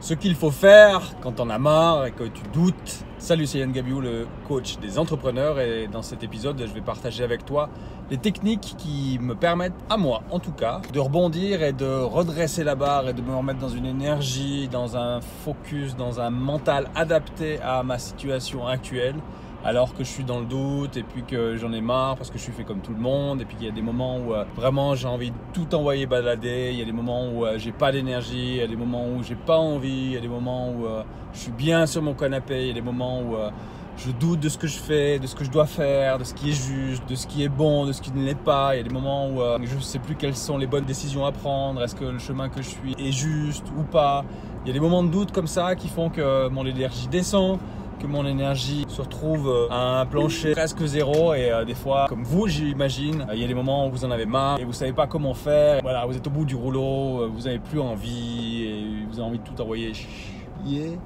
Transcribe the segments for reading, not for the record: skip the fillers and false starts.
Ce qu'il faut faire quand t'en as marre et que tu doutes. Salut, c'est Yann Gabiou, le coach des entrepreneurs, et dans cet épisode, je vais partager avec toi les techniques qui me permettent, à moi en tout cas, de rebondir et de redresser la barre et de me remettre dans une énergie, dans un focus, dans un mental adapté à ma situation actuelle. Alors que je suis dans le doute et puis que j'en ai marre parce que je suis fait comme tout le monde, et puis qu'il y a des moments où vraiment j'ai envie de tout envoyer balader, il y a des moments où j'ai pas d'énergie, il y a des moments où j'ai pas envie, il y a des moments où je suis bien sur mon canapé, il y a des moments où je doute de ce que je fais, de ce que je dois faire, de ce qui est juste, de ce qui est bon, de ce qui ne l'est pas. Il y a des moments où je ne sais plus quelles sont les bonnes décisions à prendre, est-ce que le chemin que je suis est juste ou pas. Il y a des moments de doute comme ça qui font que mon énergie descend, que mon énergie se retrouve à un plancher presque zéro, et des fois, comme vous j'imagine, il y a des moments où vous en avez marre et vous savez pas comment faire. Voilà, vous êtes au bout du rouleau, vous n'avez plus envie et vous avez envie de tout envoyer chier.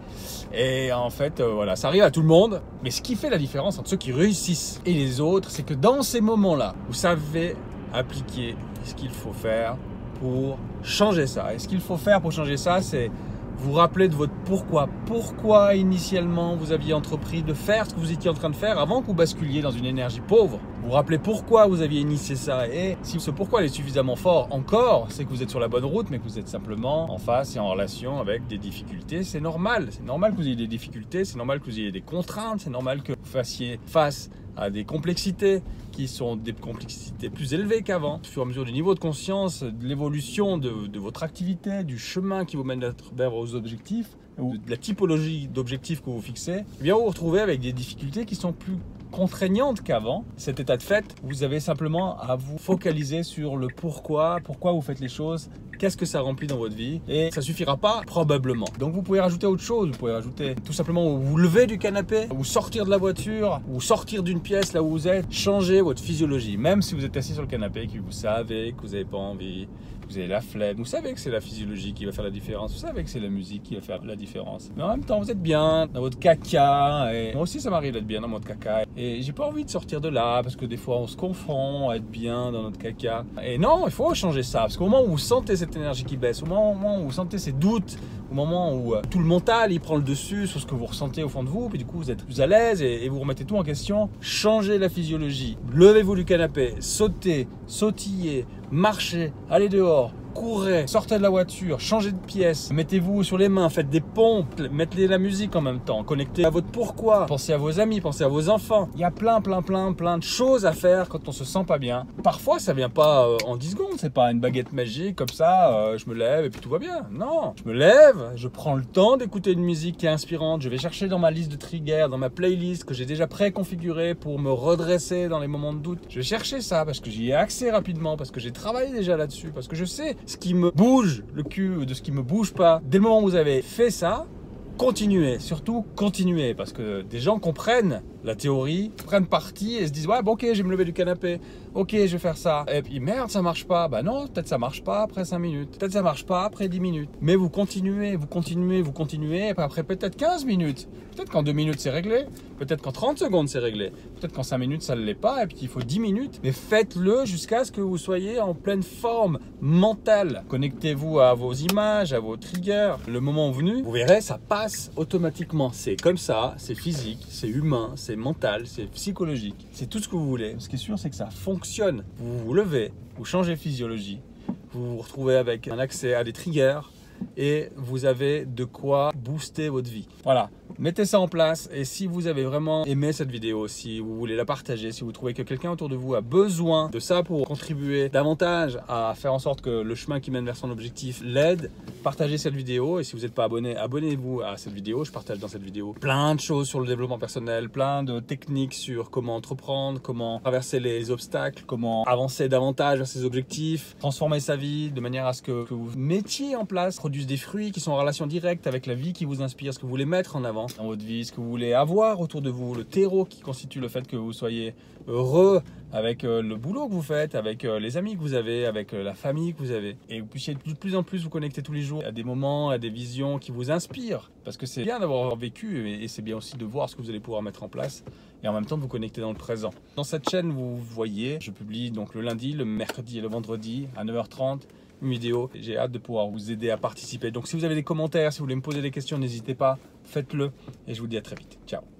Et en fait, voilà, ça arrive à tout le monde. Mais ce qui fait la différence entre ceux qui réussissent et les autres, c'est que dans ces moments-là, vous savez appliquer ce qu'il faut faire pour changer ça. Et ce qu'il faut faire pour changer ça, c'est vous rappeler de votre pourquoi. Pourquoi initialement vous aviez entrepris de faire ce que vous étiez en train de faire avant que vous basculiez dans une énergie pauvre. Vous rappelez pourquoi vous aviez initié ça. Et si ce pourquoi est suffisamment fort encore, c'est que vous êtes sur la bonne route, mais que vous êtes simplement en face et en relation avec des difficultés. C'est normal. C'est normal que vous ayez des difficultés, c'est normal que vous ayez des contraintes, c'est normal que vous fassiez face à des complexités qui sont des complexités plus élevées qu'avant. Au fur et à mesure du niveau de conscience, de l'évolution de votre activité, du chemin qui vous mène vers vos objectifs, ou de la typologie d'objectifs que vous fixez, eh bien vous vous retrouvez avec des difficultés qui sont plus contraignantes qu'avant. Cet état de fait, vous avez simplement à vous focaliser sur le pourquoi vous faites les choses, qu'est-ce que ça remplit dans votre vie, et ça suffira pas probablement. Donc vous pouvez rajouter autre chose, vous pouvez rajouter tout simplement vous lever du canapé, ou sortir de la voiture, ou sortir d'une pièce là où vous êtes, changer votre physiologie. Même si vous êtes assis sur le canapé et que vous savez que vous n'avez pas envie, vous avez la flemme, vous savez que c'est la physiologie qui va faire la différence, vous savez que c'est la musique qui va faire la différence. Mais en même temps, vous êtes bien dans votre caca, et moi aussi ça m'arrive d'être bien dans votre caca. Et j'ai pas envie de sortir de là, parce que des fois on se confond à être bien dans notre caca. Et non, il faut changer ça, parce qu'au moment où vous sentez cette énergie qui baisse, au moment où vous sentez ces doutes, au moment où tout le mental il prend le dessus sur ce que vous ressentez au fond de vous, puis du coup vous êtes plus à l'aise et vous remettez tout en question, changez la physiologie. Levez-vous du canapé, sautez, sautillez, marchez, allez dehors, courez, sortez de la voiture, changez de pièce, mettez-vous sur les mains, faites des pompes, mettez la musique en même temps, connectez à votre pourquoi, pensez à vos amis, pensez à vos enfants. Il y a plein de choses à faire quand on se sent pas bien. Parfois ça vient pas en 10 secondes, c'est pas une baguette magique comme ça, je me lève et puis tout va bien. Non, je me lève, je prends le temps d'écouter une musique qui est inspirante, je vais chercher dans ma liste de triggers, dans ma playlist que j'ai déjà préconfigurée pour me redresser dans les moments de doute. Je vais chercher ça parce que j'y ai accès rapidement, parce que j'ai travaillé déjà là-dessus, parce que je sais ce qui me bouge le cul de ce qui me bouge pas. Dès le moment où vous avez fait ça, continuez, surtout continuez, parce que des gens comprennent la théorie, prennent parti et se disent ouais bon ok, je vais me lever du canapé, ok je vais faire ça, et puis merde ça marche pas, bah non peut-être ça marche pas après 5 minutes, peut-être ça marche pas après 10 minutes, mais vous continuez, et puis après peut-être 15 minutes, peut-être qu'en 2 minutes c'est réglé, peut-être qu'en 30 secondes c'est réglé, peut-être qu'en 5 minutes ça ne l'est pas et puis qu'il faut 10 minutes, mais faites-le jusqu'à ce que vous soyez en pleine forme mentale. Connectez-vous à vos images, à vos triggers, le moment venu, vous verrez ça passe automatiquement, c'est comme ça, c'est physique, c'est humain, c'est mental, c'est psychologique, c'est tout ce que vous voulez. Ce qui est sûr, c'est que ça fonctionne. Vous vous levez, vous changez de physiologie, vous vous retrouvez avec un accès à des triggers et vous avez de quoi booster votre vie. Voilà, mettez ça en place, et si vous avez vraiment aimé cette vidéo, si vous voulez la partager, si vous trouvez que quelqu'un autour de vous a besoin de ça pour contribuer davantage à faire en sorte que le chemin qui mène vers son objectif l'aide, partagez cette vidéo. Et si vous n'êtes pas abonné, abonnez-vous à cette vidéo. Je partage dans cette vidéo plein de choses sur le développement personnel, plein de techniques sur comment entreprendre, comment traverser les obstacles, comment avancer davantage vers ses objectifs, transformer sa vie de manière à ce que vous mettiez en place, produisent des fruits qui sont en relation directe avec la vie qui vous inspire, ce que vous voulez mettre en avant dans votre vie, ce que vous voulez avoir autour de vous, le terreau qui constitue le fait que vous soyez heureux avec le boulot que vous faites, avec les amis que vous avez, avec la famille que vous avez, et vous puissiez de plus en plus vous connecter tous les jours à des moments, à des visions qui vous inspirent, parce que c'est bien d'avoir vécu et c'est bien aussi de voir ce que vous allez pouvoir mettre en place et en même temps de vous connecter dans le présent. Dans cette chaîne, vous voyez, je publie donc le lundi, le mercredi et le vendredi à 9h30 une vidéo. J'ai hâte de pouvoir vous aider à participer. Donc si vous avez des commentaires, si vous voulez me poser des questions, n'hésitez pas, faites-le. Et je vous dis à très vite. Ciao.